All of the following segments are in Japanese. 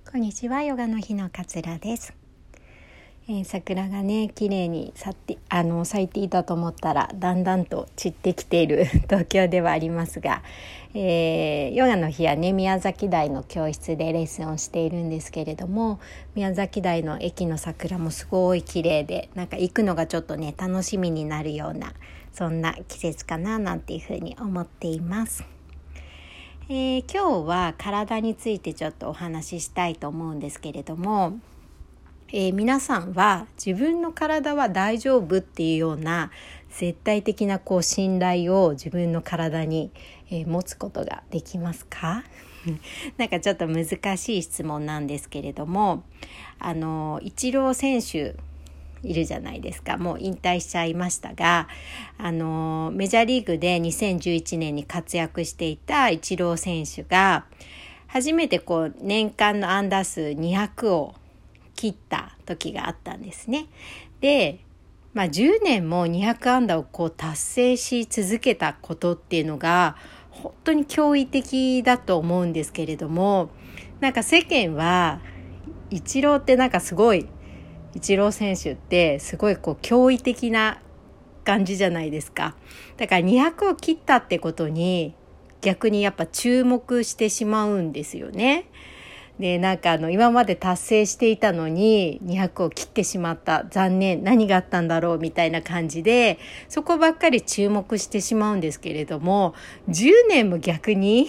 こんにちは、ヨガの日の桂です。桜がね綺麗に咲いていたと思ったらだんだんと散ってきている東京ではありますが、ヨガの日はね宮崎台の教室でレッスンをしているんですけれども、宮崎台の駅の桜もすごい綺麗で、なんか行くのがちょっとね楽しみになるようなそんな季節かななんていうふうに思っています。今日は体についてちょっとお話ししたいと思うんですけれども、皆さんは自分の体は大丈夫っていうような絶対的な信頼を自分の体に、持つことができますか？なんかちょっと難しい質問なんですけれども、イチロー選手いるじゃないですか。もう引退しちゃいましたが、メジャーリーグで2011年に活躍していたイチロー選手が初めて年間の安打数200を切った時があったんですね。で、10年も200安打を達成し続けたことっていうのが本当に驚異的だと思うんですけれども、なんか世間はイチローってなんかすごい、イチロー選手ってすごい驚異的な感じじゃないですか。だから200を切ったってことに逆にやっぱ注目してしまうんですよね。で、なんか今まで達成していたのに200を切ってしまった、残念、何があったんだろうみたいな感じでそこばっかり注目してしまうんですけれども、10年も逆に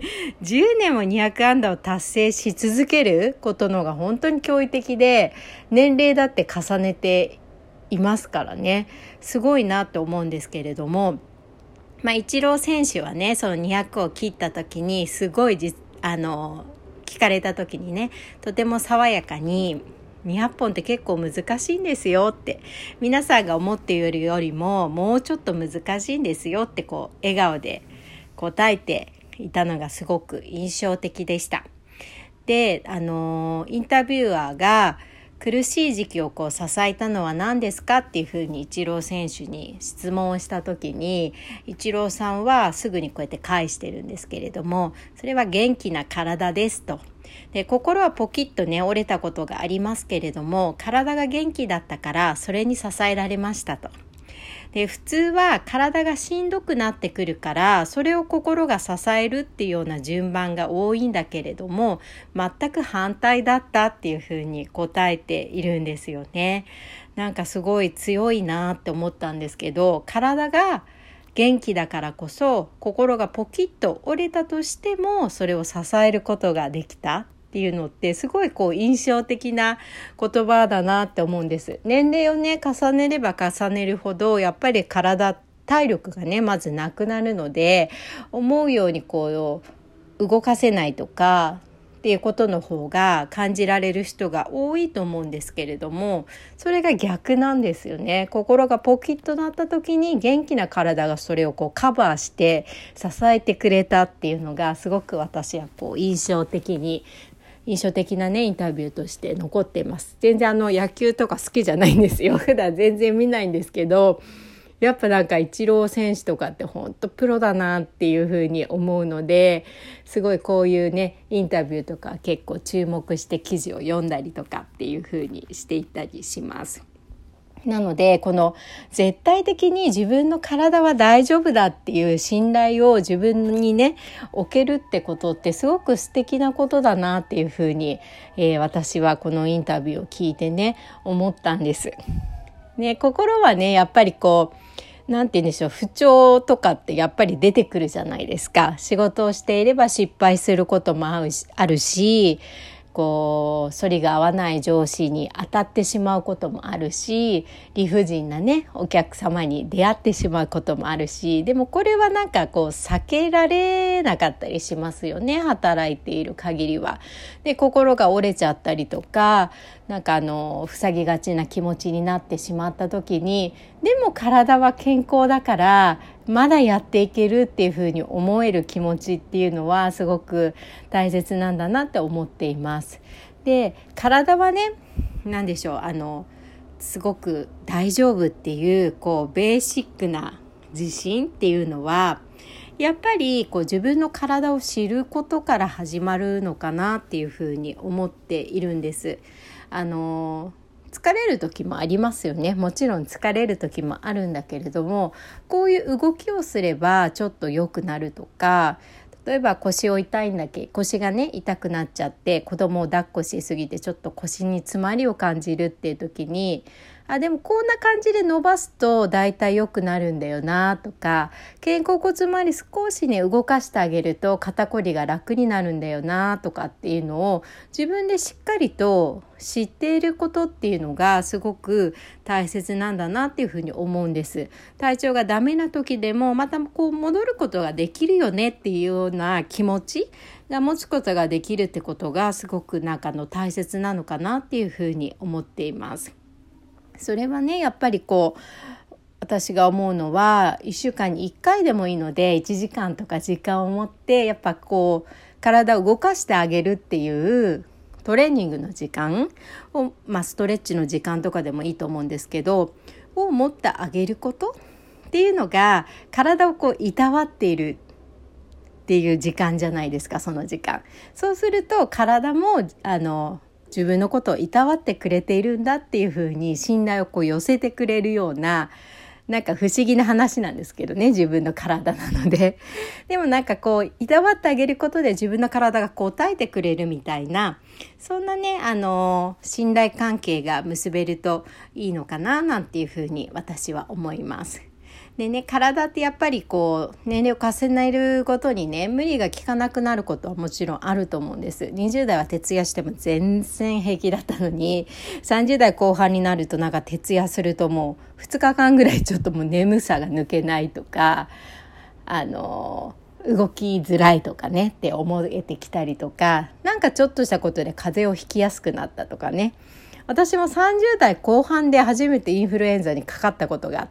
10年も200安打を達成し続けることのが本当に驚異的で、年齢だって重ねていますからね、すごいなと思うんですけれども、イチロー選手はねその200を切った時にすごい聞かれた時にね、とても爽やかに200本って結構難しいんですよって、皆さんが思っているよりももうちょっと難しいんですよって笑顔で答えていたのがすごく印象的でした。で、インタビュアーが苦しい時期を支えたのは何ですかっていうふうにイチロー選手に質問をした時に、イチローさんはすぐにこうやって返してるんですけれども、それは元気な体ですと。で、心はポキッとね折れたことがありますけれども、体が元気だったからそれに支えられましたと。で、普通は体がしんどくなってくるからそれを心が支えるっていうような順番が多いんだけれども、全く反対だったっていうふうに答えているんですよね。なんかすごい強いなって思ったんですけど、体が元気だからこそ心がポキッと折れたとしてもそれを支えることができたっていうのってすごい印象的な言葉だなって思うんです。年齢をね重ねれば重ねるほどやっぱり体力がねまずなくなるので、思うように動かせないとかっていうことの方が感じられる人が多いと思うんですけれども、それが逆なんですよね。心がポキッとなった時に元気な体がそれをカバーして支えてくれたっていうのがすごく私は印象的なねインタビューとして残っています。全然野球とか好きじゃないんですよ。普段全然見ないんですけど、やっぱなんかイチロー選手とかって本当プロだなっていうふうに思うので、すごいこういうねインタビューとか結構注目して記事を読んだりとかっていうふうにしていったりします。なのでこの絶対的に自分の体は大丈夫だっていう信頼を自分にね置けるってことってすごく素敵なことだなっていうふうに、私はこのインタビューを聞いてね思ったんです。ね、心はねやっぱりなんて言うんでしょう、不調とかってやっぱり出てくるじゃないですか。仕事をしていれば失敗することもあるし、反りが合わない上司に当たってしまうこともあるし、理不尽なねお客様に出会ってしまうこともあるし、でもこれはなんか避けられなかったりしますよね、働いている限りは。で、心が折れちゃったりとか、なんか塞ぎがちな気持ちになってしまった時に、でも体は健康だからまだやっていけるっていうふうに思える気持ちっていうのはすごく大切なんだなって思っています。で、体はね何でしょう、すごく大丈夫っていうベーシックな自信っていうのはやっぱり自分の体を知ることから始まるのかなっていうふうに思っているんです。疲れる時もありますよね。もちろん疲れる時もあるんだけれども、こういう動きをすればちょっと良くなるとか、例えば腰がね痛くなっちゃって、子供を抱っこしすぎてちょっと腰に詰まりを感じるっていう時に、でもこんな感じで伸ばすとだいたい良くなるんだよなとか、肩甲骨周り少しね動かしてあげると肩こりが楽になるんだよなとかっていうのを自分でしっかりと知っていることっていうのがすごく大切なんだなっていうふうに思うんです。体調がダメな時でもまた戻ることができるよねっていうような気持ちが持つことができるってことがすごく大切なのかなっていうふうに思っています。それはねやっぱり私が思うのは1週間に1回でもいいので1時間とか時間を持ってやっぱ体を動かしてあげるっていうトレーニングの時間を、ストレッチの時間とかでもいいと思うんですけどを持ってあげることっていうのが体をいたわっているっていう時間じゃないですか。その時間そうすると体も自分のことをいたわってくれているんだっていうふうに信頼を寄せてくれるような不思議な話なんですけどね、自分の体なのででもいたわってあげることで自分の体が答えてくれるみたいな、そんなね信頼関係が結べるといいのかななんていうふうに私は思います。でね、体ってやっぱり年齢を重ねるごとにね無理が効かなくなることはもちろんあると思うんです。20代は徹夜しても全然平気だったのに30代後半になると徹夜するともう2日間ぐらいちょっともう眠さが抜けないとか動きづらいとかねって思えてきたりとか、ちょっとしたことで風邪をひきやすくなったとかね。私も30代後半で初めてインフルエンザにかかったことがあって、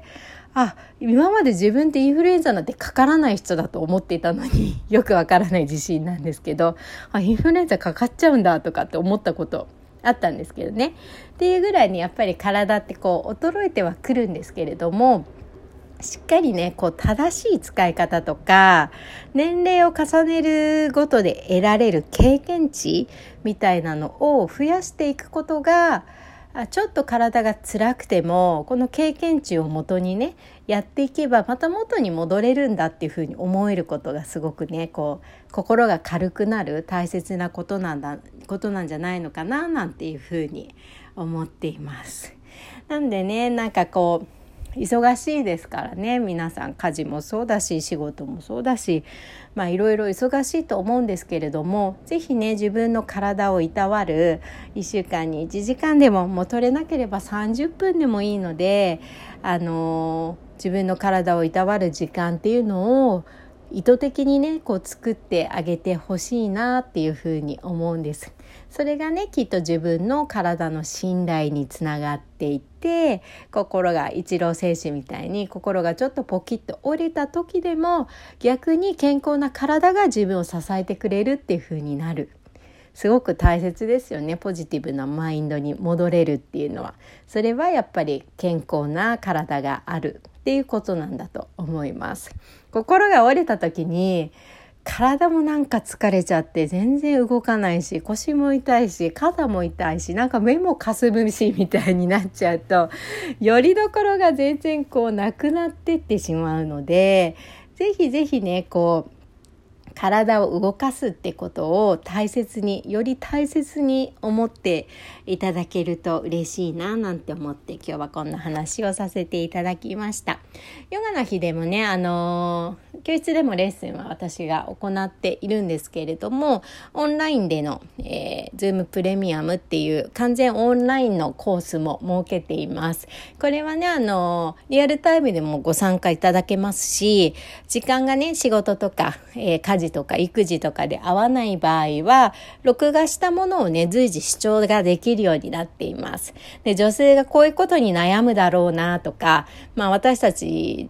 今まで自分ってインフルエンザなんてかからない人だと思っていたのによくわからない自信なんですけど、インフルエンザかかっちゃうんだとかって思ったことあったんですけどね。っていうぐらいにやっぱり体って衰えてはくるんですけれども、しっかりね正しい使い方とか年齢を重ねるごとで得られる経験値みたいなのを増やしていくことが、ちょっと体が辛くてもこの経験値を元にねやっていけばまた元に戻れるんだっていうふうに思えることがすごくね心が軽くなる大切なことなんじゃないのかななんていうふうに思っています。なんでね忙しいですからね、皆さん家事もそうだし仕事もそうだしいろいろ忙しいと思うんですけれども、ぜひね自分の体をいたわる1週間に1時間でも取れなければ30分でもいいので自分の体をいたわる時間っていうのを意図的にね作ってあげてほしいなっていうふうに思うんです。それがねきっと自分の体の信頼につながっていって心が一郎選手みたいに心がちょっとポキッと折れた時でも逆に健康な体が自分を支えてくれるっていう風になる。すごく大切ですよね。ポジティブなマインドに戻れるっていうのは、それはやっぱり健康な体があるっていうことなんだと思います。心が折れた時に体も疲れちゃって全然動かないし、腰も痛いし肩も痛いし目もかすむしみたいになっちゃうとよりどころが全然なくなってってしまうので、ぜひぜひね体を動かすってことをより大切に思っていただけると嬉しいななんて思って今日はこんな話をさせていただきました。ヨガの日でもね教室でもレッスンは私が行っているんですけれども、オンラインでの、Zoom プレミアムっていう完全オンラインのコースも設けています。これはねリアルタイムでもご参加いただけますし、時間がね仕事とか、家事とか育児とかで合わない場合は録画したものをね随時視聴ができるようになっています。で、女性がこういうことに悩むだろうなとか、私たち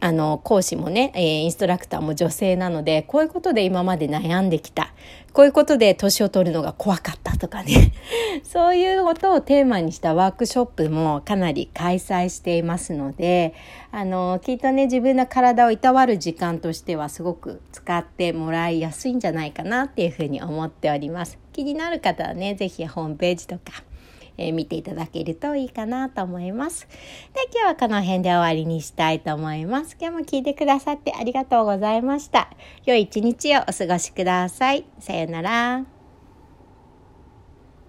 講師もね、インストラクターも女性なので、こういうことで今まで悩んできた、こういうことで年を取るのが怖かったとかねそういうことをテーマにしたワークショップもかなり開催していますので、きっとね、自分の体をいたわる時間としてはすごく使ってもらいやすいんじゃないかなっていうふうに思っております。気になる方はね、ぜひホームページとか見ていただけるといいかなと思います。で、今日はこの辺で終わりにしたいと思います。今日も聞いてくださってありがとうございました。良い一日をお過ごしください。さようなら。